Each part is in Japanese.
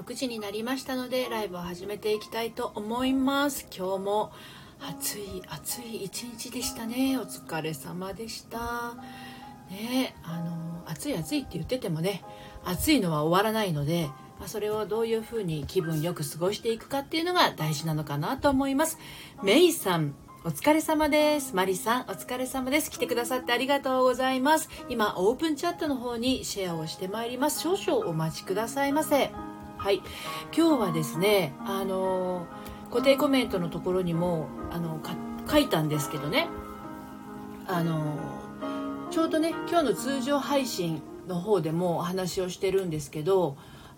6時になりましたのでライブを始めていきたいと思います。今日も暑い一日でしたね。お疲れ様でしたね。暑いって言っててもね、暑いのは終わらないので、それをどういうふうに気分よく過ごしていくかっていうのが大事なのかなと思います。メイさんお疲れ様です。マリさんお疲れ様です。来てくださってありがとうございます。今オープンチャットの方にシェアをしてまいります。少々お待ちくださいませ。はい、今日はですね、固定コメントのところにも書いたんですけどね、ちょうどね今日の通常配信の方でもお話をしてるんですけど、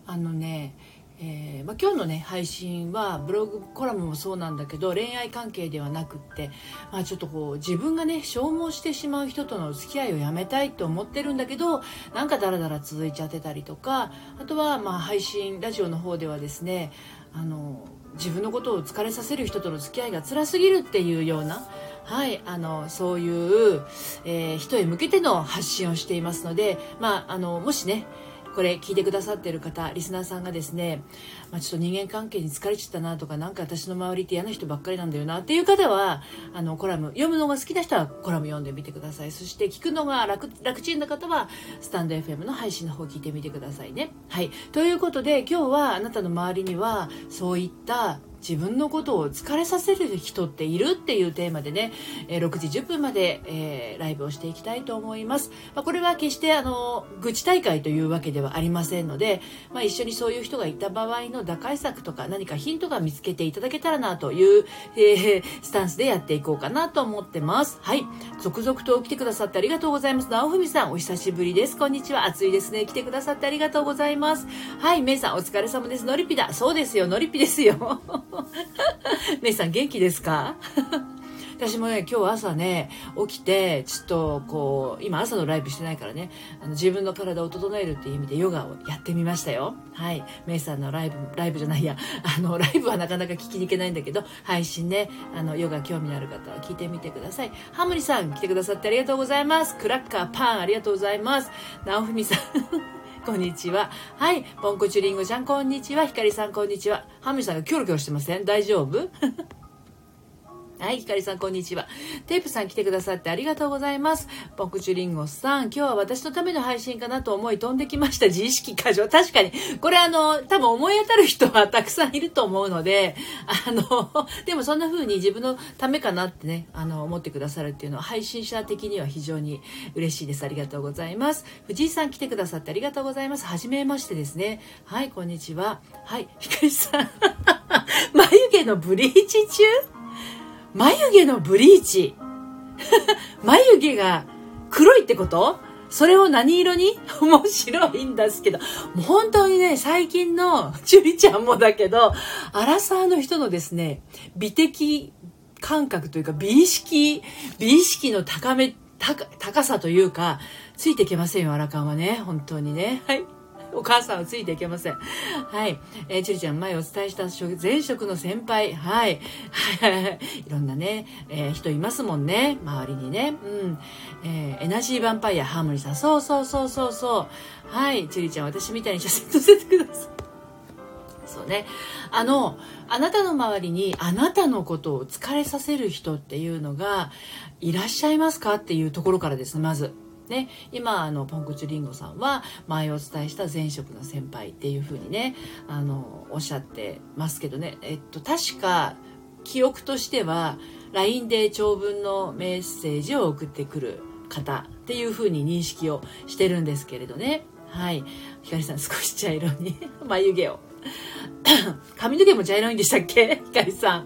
今日のね配信はブログコラムもそうなんだけど、恋愛関係ではなくって、ちょっと自分がね消耗してしまう人との付き合いをやめたいと思ってるんだけど、なんかダラダラ続いちゃってたりとか、あとは配信ラジオの方ではですね、自分のことを疲れさせる人との付き合いが辛すぎるっていうような、そういう、人へ向けての発信をしていますので、もしねこれ聞いてくださっている方、リスナーさんがですね、ちょっと人間関係に疲れちゃったなとか、なんか私の周りって嫌な人ばっかりなんだよなっていう方は、コラム読むのが好きな人はコラム読んでみてください。そして聞くのが楽ちんな方はスタンド FM の配信の方聞いてみてくださいね。はい、ということで今日はあなたの周りにはそういった自分のことを疲れさせる人っているっていうテーマでね、6時10分まで、ライブをしていきたいと思います。これは決して愚痴大会というわけではありませんので、一緒にそういう人がいた場合の打開策とか何かヒントが見つけていただけたらなという、スタンスでやっていこうかなと思ってます。はい、続々と来てくださってありがとうございます。直文さんお久しぶりです。こんにちは。暑いですね。来てくださってありがとうございます。はい、メイさんお疲れ様です。のりぴだ。そうですよ、のりぴですよ。メイさん元気ですか？私もね今日朝ね起きてちょっと今朝のライブしてないからね、自分の体を整えるっていう意味でヨガをやってみましたよ。はい、メイさんのライブじゃないや、ライブはなかなか聞きに行けないんだけど、配信ねヨガ興味のある方は聞いてみてください。ハムリさん来てくださってありがとうございます。クラッカーパンありがとうございます。直文さんこんにちは。はい、ポンコチュリンゴちゃんこんにちは。ひかりさんこんにちは。ハムリさんがキョロキョロしてません？大丈夫？はい、ひかりさんこんにちは。テープさん来てくださってありがとうございます。ポンコチュリンゴさん、今日は私のための配信かなと思い飛んできました。自意識過剰。確かにこれ多分思い当たる人はたくさんいると思うので、でもそんな風に自分のためかなってね思ってくださるっていうのは配信者的には非常に嬉しいです。ありがとうございます。藤井さん来てくださってありがとうございます。はじめましてですね。はい、こんにちは。はい、ひかりさん眉毛のブリーチ中？眉毛のブリーチ眉毛が黒いってこと？それを何色に？面白いんですけど、もう本当にね最近のチュリちゃんもだけど、アラサーの人のですね美的感覚というか美意識の高さというかついていけませんよ。アラカンはね本当にね。はい、お母さんはついていけません。はい、ちゅりちゃん前お伝えした前職の先輩、はいいろんなね、人いますもんね周りにね。エナジーヴァンパイアハーモニーさん、そうはい、ちゅりちゃん私みたいに写真載せてください。そうね、あなたの周りにあなたのことを疲れさせる人っていうのがいらっしゃいますかっていうところからですね。まずね、今ポンコチュリンゴさんは前お伝えした前職の先輩っていう風にねおっしゃってますけどね、確か記憶としては LINE で長文のメッセージを送ってくる方っていう風に認識をしてるんですけれどね。はい、ひかりさん少し茶色に眉毛を髪の毛も茶色いんでしたっけ？ひかりさん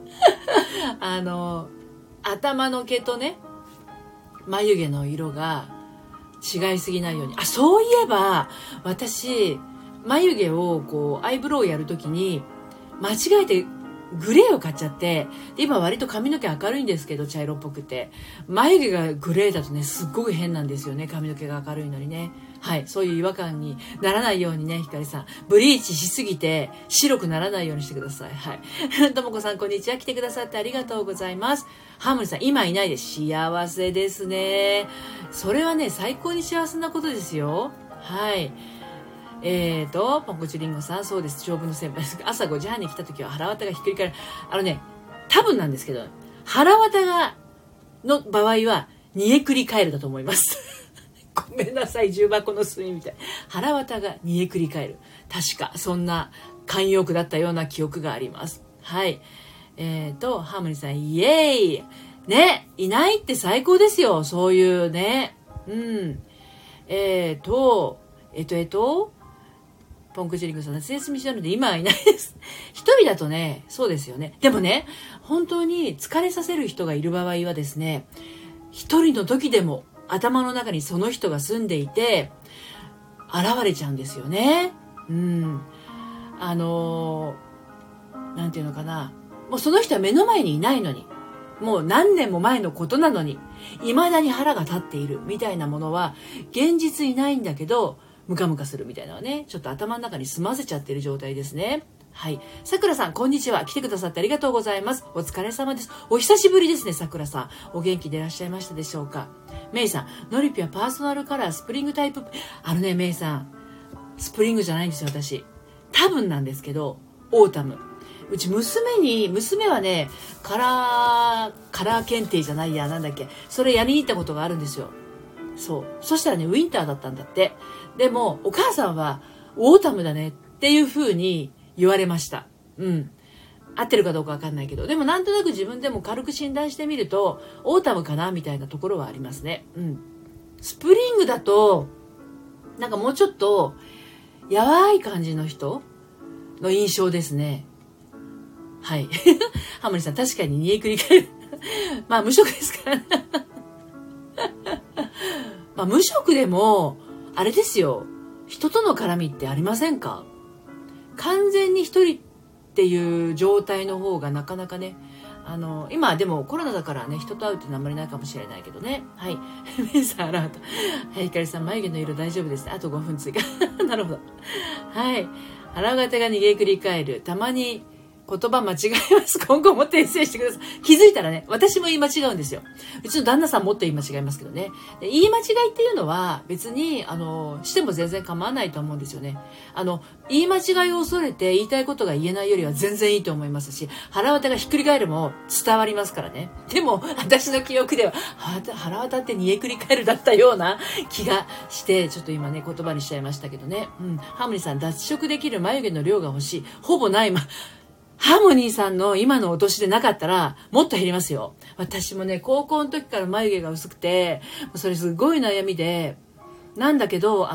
頭の毛とね眉毛の色が違いすぎないように。そういえば私眉毛をアイブロウやるときに間違えてグレーを買っちゃって、今割と髪の毛明るいんですけど茶色っぽくて、眉毛がグレーだとねすっごく変なんですよね。髪の毛が明るいのにね。はい、そういう違和感にならないようにね、ひかりさんブリーチしすぎて白くならないようにしてください。はいともこさんこんにちは。来てくださってありがとうございます。ハーモニーさん今いないです。幸せですね。それはね最高に幸せなことですよ。はい、 ポンコチリンゴさん、そうです。長文の先輩です。朝5時半に来た時は腹渡がひっくり返る。多分なんですけど、腹渡の場合は、煮えくり返るだと思います。ごめんなさい、重箱の隅みたい。腹渡が煮えくり返る。確か、そんな慣用句だったような記憶があります。はい。ハーモニーさん、イエーイね、いないって最高ですよ。そういうね。うん。ポンクジリングさん、夏休み中なので今はいないです。一人だとね、そうですよね。でもね、本当に疲れさせる人がいる場合はですね、一人の時でも頭の中にその人が住んでいて、現れちゃうんですよね。うん。なんていうのかな。もうその人は目の前にいないのに、もう何年も前のことなのに、未だに腹が立っているみたいなものは、現実いないんだけど、ムカムカするみたいなのはね、ちょっと頭の中に済ませちゃってる状態ですね。はい。さくらさん、こんにちは。来てくださってありがとうございます。お疲れ様です。お久しぶりですね、さくらさん。お元気でいらっしゃいましたでしょうか。メイさん、ノリピはパーソナルカラー、スプリングタイプ。メイさん、スプリングじゃないんですよ、私。多分なんですけど、オータム。うち娘はね、カラー検定じゃないや、なんだっけ。それやりに行ったことがあるんですよ。そう。そしたらね、ウィンターだったんだって。でも、お母さんは、オータムだねっていう風に言われました。うん。合ってるかどうかわかんないけど。でもなんとなく自分でも軽く診断してみると、オータムかなみたいなところはありますね。うん。スプリングだと、なんかもうちょっと、やわい感じの人の印象ですね。はい。ハモリさん、確かに煮えくり返る。まあ、無職ですからね。まあ、無職でも、あれですよ。人との絡みってありませんか？完全に一人っていう状態の方がなかなかね、今でもコロナだからね、人と会うっていうのはあんまりないかもしれないけどね。はい。メイさん、アラート。はい、ひかりさん、眉毛の色大丈夫です。あと5分追加。なるほど。はい。腹が手が逃げくり返る。たまに、言葉間違えます。今後も訂正してください。気づいたらね、私も言い間違うんですよ。うちの旦那さんもっと言い間違えますけどね。で言い間違いっていうのは別に、しても全然構わないと思うんですよね。言い間違いを恐れて言いたいことが言えないよりは全然いいと思いますし、腹渡がひっくり返るも伝わりますからね。でも、私の記憶では、腹渡って煮えくり返るだったような気がして、ちょっと今ね、言葉にしちゃいましたけどね。うん。ハーモニーさん、脱色できる眉毛の量が欲しい。ほぼない。ハーモニーさんの今のお年でなかったらもっと減りますよ。私もね、高校の時から眉毛が薄くて、それすごい悩みで、なんだけど、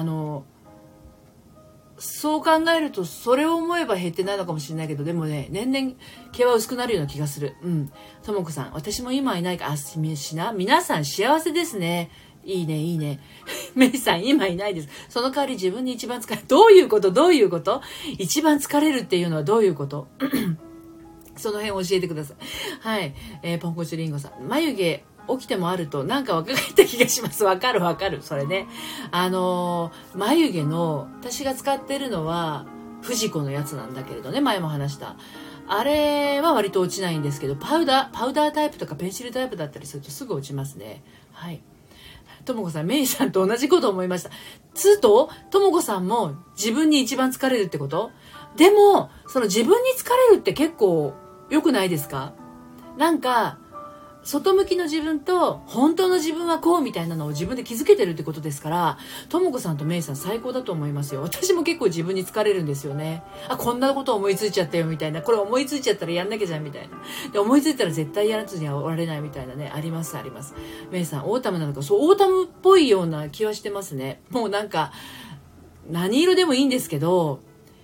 そう考えるとそれを思えば減ってないのかもしれないけど、でもね、年々毛は薄くなるような気がする。うん。ともこさん、私も今いないか、皆さん幸せですね。いいね、いいね。メイさん、今いないです。その代わり自分に一番疲れる。どういうこと一番疲れるっていうのはどういうことその辺教えてください。はい。ポンコチリンゴさん。眉毛起きてもあるとなんか若返った気がします。わかる。それね。眉毛の、私が使ってるのは、フジコのやつなんだけれどね。前も話した。あれは割と落ちないんですけど、パウダータイプとかペンシルタイプだったりするとすぐ落ちますね。はい。ともこさん、メイさんと同じこと思いました。ともこさんも自分に一番疲れるってこと？でも、その自分に疲れるって結構良くないですか？なんか、外向きの自分と本当の自分はこうみたいなのを自分で気づけてるってことですから、ともこさんとメイさん最高だと思いますよ。私も結構自分に疲れるんですよね。こんなこと思いついちゃったよみたいな。これ思いついちゃったらやんなきゃじゃんみたいな。で、思いついたら絶対やらずにはおられないみたいなね。あります。メイさん、オータムなのか、そう、オータムっぽいような気はしてますね。もうなんか、何色でもいいんですけど、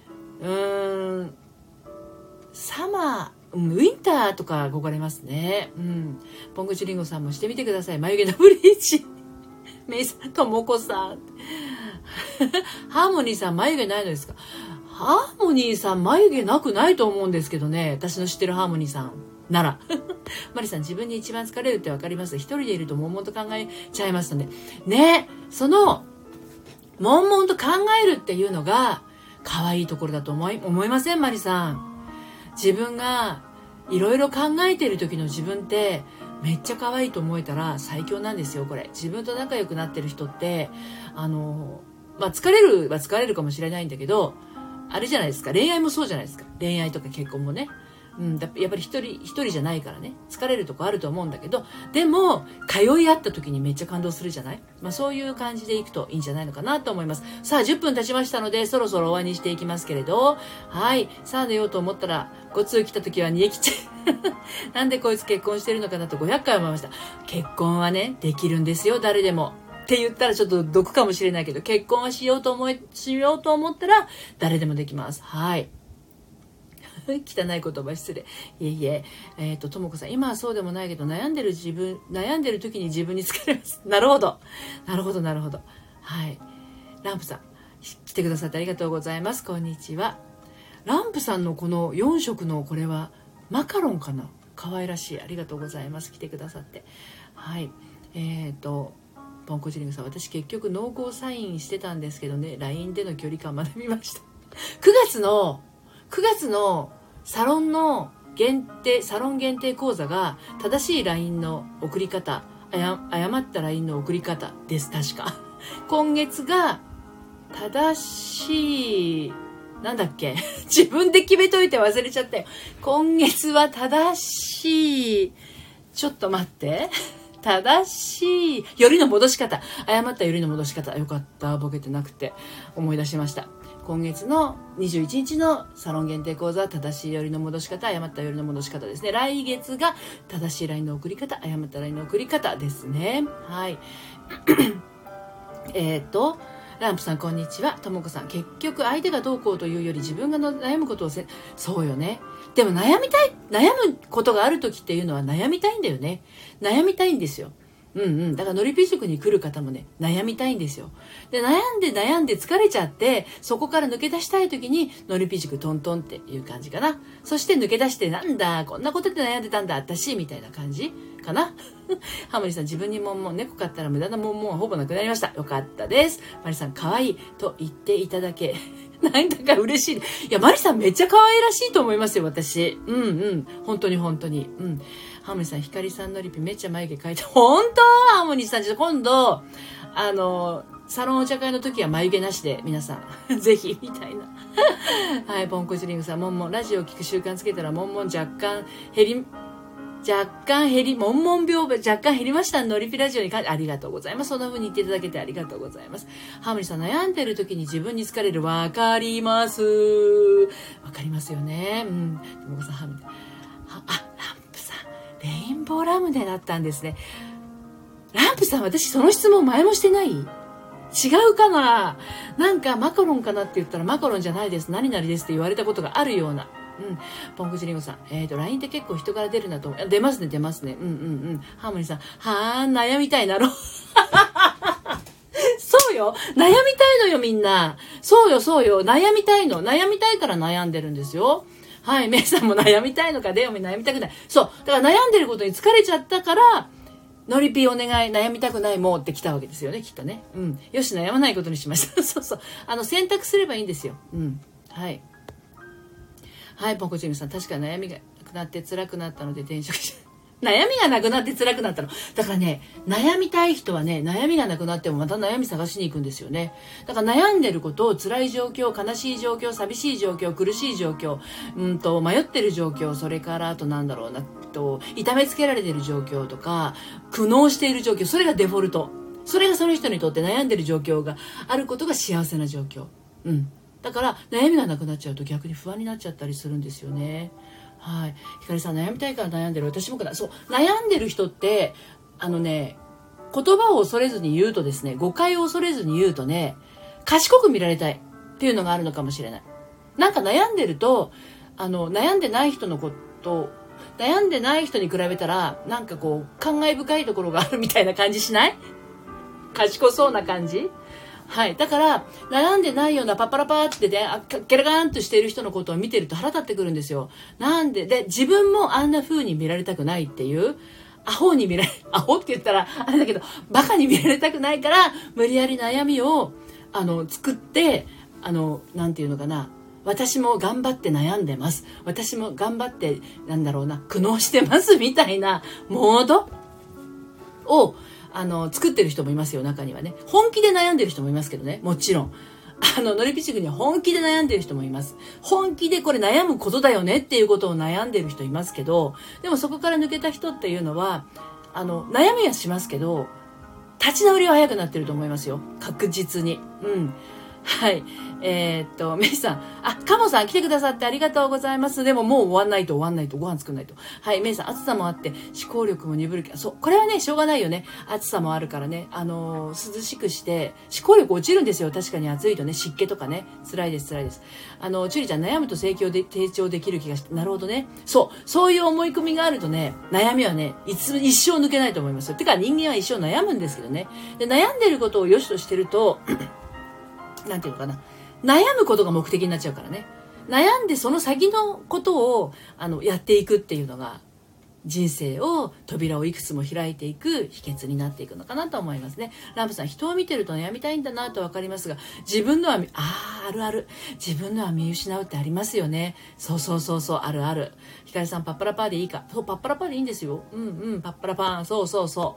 サマー、ウィンターとか憧れますね。うん。ポンコチリンゴさんもしてみてください。眉毛のブリーチ。メイさん、ともこさん。ハーモニーさん、眉毛ないのですか？ハーモニーさん、眉毛なくないと思うんですけどね。私の知ってるハーモニーさんなら。マリさん、自分に一番疲れるってわかります。一人でいると悶々と考えちゃいますので。ね、その、悶々と考えるっていうのが、可愛いところだと思いません？マリさん。自分がいろいろ考えている時の自分ってめっちゃ可愛いと思えたら最強なんですよ。これ自分と仲良くなってる人って疲れるは疲れるかもしれないんだけど、あれじゃないですか、恋愛もそうじゃないですか。恋愛とか結婚もね。やっぱり一人じゃないからね、疲れるとこあると思うんだけど、でも通い合った時にめっちゃ感動するじゃない。そういう感じでいくといいんじゃないのかなと思います。さあ10分経ちましたので、そろそろ終わりにしていきますけれど、はい、さあ寝ようと思ったらご通来た時は煮え切っちゃうなんでこいつ結婚してるのかなと500回思いました。結婚はね、できるんですよ、誰でもって言ったらちょっと毒かもしれないけど、結婚はしようと思ったら誰でもできます。はい。汚い言葉失礼。いえ、ともこさん、今はそうでもないけど、悩んでる時に自分に疲れます。なるほど。はい。ランプさん、来てくださってありがとうございます。こんにちは。ランプさんのこの4色のこれはマカロンかな。可愛らしい。ありがとうございます。来てくださって。はい。ポンコチリングさん、私結局濃厚サインしてたんですけどね、LINE での距離感学びました。9月のサロン限定講座が正しい LINE の送り方、誤った LINE の送り方です。確か今月が正しい、なんだっけ自分で決めといて忘れちゃったよ。今月は正しい、ちょっと待って、正しいよりの戻し方、誤ったよりの戻し方、よかった、ボケてなくて思い出しました。今月の21日のサロン限定講座は正しいよりの戻し方、誤ったよりの戻し方ですね。来月が正しい LINE の送り方、誤った LINE の送り方ですね。はいランプさんこんにちは。ともこさん、結局相手がどうこうというより自分が悩むことをそうよね。でも悩むことがある時っていうのは悩みたいんだよね。悩みたいんですよ。だからのりぴ塾に来る方もね、悩みたいんですよ。で、悩んで疲れちゃって、そこから抜け出したい時にのりぴ塾トントンっていう感じかな。そして抜け出して、なんだこんなことで悩んでたんだ私みたいな感じかな。ハモリさん、自分に猫飼ったら無駄なはほぼなくなりました。よかったです。マリさん、可愛いと言っていただけなんだか嬉しい。いや、マリさんめっちゃ可愛らしいと思いますよ、私。本当に。ハモニさん、ヒカリさんのリピめっちゃ眉毛描いて、本当ハモニさん、今度、サロンお茶会の時は眉毛なしで、皆さん、ぜひ、みたいな。はい、ポンコチリングさん、ラジオを聞く習慣つけたら、若干減りました。のりぴラジオにありがとうございます。そんな風に言っていただけてありがとうございます。ハモリさん、悩んでる時に自分に疲れる。わかりますよね。ともこさん、ランプさん、レインボーラムネだったんですね。ランプさん、私その質問前もしてない？違うかな？なんかマカロンかなって言ったら、マカロンじゃないです、何々ですって言われたことがあるような。ポンコチリンゴさん、LINE って結構人から出るなと思う。出ますね。ハーモニーさん、悩みたいなろそうよ、悩みたいのよ、みんな。そうよ、悩みたいから悩んでるんですよ。はい、メイさんも悩みたいのか、デオミ悩みたくない。そう、だから悩んでることに疲れちゃったから、ノリピーお願い、悩みたくないもんって来たわけですよね、きっとね。よし、悩まないことにしました。そう。選択すればいいんですよ。はい、ポンコチングさん、確かに悩みがなくなって辛くなったので転職し悩みがなくなって辛くなったの。だからね、悩みたい人はね、悩みがなくなってもまた悩み探しに行くんですよね。だから悩んでることを、辛い状況、悲しい状況、寂しい状況、苦しい状況、迷ってる状況、それからあと痛めつけられてる状況とか、苦悩している状況、それがデフォルト。それがその人にとって悩んでる状況があることが幸せな状況。だから悩みがなくなっちゃうと逆に不安になっちゃったりするんですよね。はい。ひかりさん、悩みたいから悩んでる。私もそう、悩んでる人って言葉を恐れずに言うとですね、誤解を恐れずに言うとね、賢く見られたいっていうのがあるのかもしれない。なんか悩んでると悩んでない人に比べたら感慨深いところがあるみたいな感じしない？賢そうな感じ。はい。だから、悩んでないようなパパラパーってね、ゲラガーンとしている人のことを見てると腹立ってくるんですよ。で、自分もあんな風に見られたくないっていう、アホって言ったら、あれだけど、バカに見られたくないから、無理やり悩みを、作って、なんていうのかな、私も頑張って悩んでます。私も頑張って、苦悩してますみたいなモードを、 作ってる人もいますよ、中にはね。本気で悩んでる人もいますけどね、もちろん。のりぴちくには本気で悩んでる人もいます。本気でこれ悩むことだよねっていうことを悩んでる人いますけど、でもそこから抜けた人っていうのは、悩みはしますけど、立ち直りは早くなってると思いますよ。確実に。うん。はい。メイさん。カモさん来てくださってありがとうございます。でももう終わんないとご飯作んないと。はい。メイさん、暑さもあって、思考力も鈍るけど、そう。これはね、しょうがないよね。暑さもあるからね。涼しくして、思考力落ちるんですよ。確かに暑いとね、湿気とかね。辛いです。チュリちゃん、悩むと成長できる気がして。なるほどね。そういう思い込みがあるとね、悩みはね、一生抜けないと思いますよ。てか、人間は一生悩むんですけどね。で、悩んでることを良しとしてると、なんていうのかな。悩むことが目的になっちゃうからね。悩んでその先のことを、やっていくっていうのが、人生を、扉をいくつも開いていく秘訣になっていくのかなと思いますね。ランプさん、人を見てると悩みたいんだなとわかりますが、自分のは、あるある。自分のは見失うってありますよね。そう、あるある。ひかりさん、パッパラパーでいいか。そう、パッパラパーでいいんですよ。パッパラパー。そう。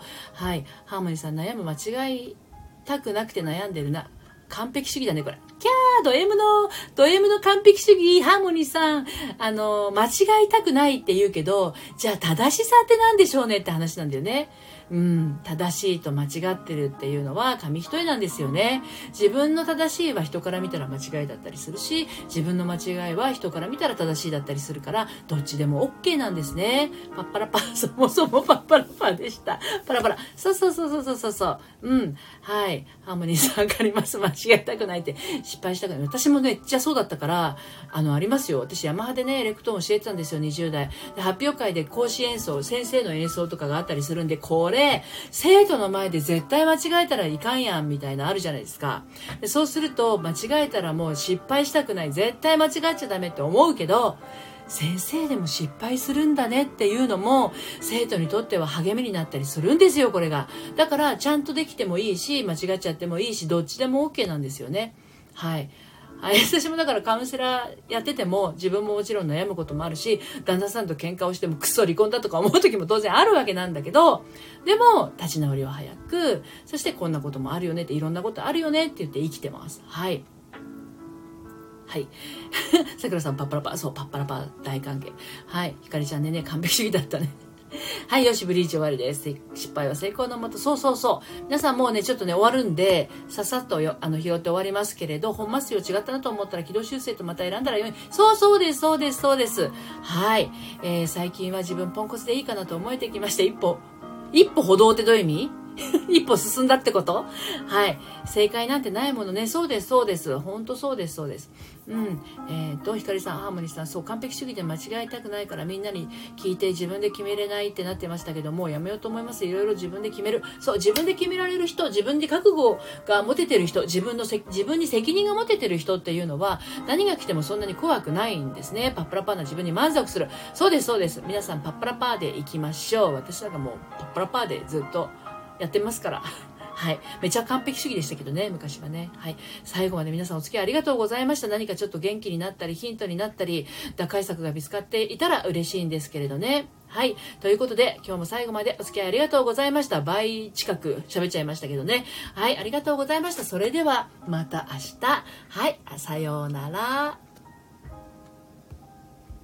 はい。ハーモニーさん、悩む間違いたくなくて悩んでるな。完璧主義だね、これ。キャー、ド M の完璧主義、ハーモニーさん。間違いたくないって言うけど、じゃあ正しさって何でしょうねって話なんだよね。正しいと間違ってるっていうのは紙一重なんですよね。自分の正しいは人から見たら間違いだったりするし、自分の間違いは人から見たら正しいだったりするから、どっちでも OK なんですね。パッパラパー、そもそもパッパラパーでした。パラパラ。そう。はい。ハーモニーさんわかります。間違えたくないって。失敗したくない。私もめっちゃそうだったから、ありますよ。私、ヤマハでね、エレクトーン教えてたんですよ、20代。で、発表会で講師演奏、先生の演奏とかがあったりするんで、これ、生徒の前で絶対間違えたらいかんやん、みたいなあるじゃないですか。で、そうすると、間違えたらもう失敗したくない。絶対間違っちゃダメって思うけど、先生でも失敗するんだねっていうのも生徒にとっては励みになったりするんですよ、これが。だからちゃんとできてもいいし、間違っちゃってもいいし、どっちでも OK なんですよね。はい。私もだからカウンセラーやってても自分ももちろん悩むこともあるし、旦那さんと喧嘩をしてもクソ離婚だとか思う時も当然あるわけなんだけど、でも立ち直りは早く、そしてこんなこともあるよねって、いろんなことあるよねって言って生きてます。はい。さくらさんパッパラパー。そう、パッパラパー大歓迎。はい。ひかりちゃんね、完璧主義だったね。はい、よし、ブリーチ終わりです。失敗は成功のもと。そう。皆さんもうね、ちょっとね、終わるんで、さっさっと拾って終わりますけれど、本末量違ったなと思ったら軌道修正とまた選んだらよい。そうです。はい。最近は自分ポンコツでいいかなと思えてきました。一歩歩道ってどういう意味？一歩進んだってこと？はい。正解なんてないものね。そうです。本当そうです。ひかりさん、ハーモニーさん、そう、完璧主義で間違えたくないからみんなに聞いて自分で決めれないってなってましたけど、もうやめようと思います。いろいろ自分で決める。そう、自分で決められる人、自分で覚悟が持ててる人、自分に責任が持ててる人っていうのは、何が来てもそんなに怖くないんですね。パッパラパーな自分に満足する。そうです。皆さん、パッパラパーでいきましょう。私なんかもう、パッパラパーでずっとやってますから。はい。めちゃ完璧主義でしたけどね、昔はね。はい。最後まで皆さんお付き合いありがとうございました。何かちょっと元気になったり、ヒントになったり、打開策が見つかっていたら嬉しいんですけれどね。はい。ということで、今日も最後までお付き合いありがとうございました。倍近く喋っちゃいましたけどね。はい。ありがとうございました。それでは、また明日。はい。さようなら。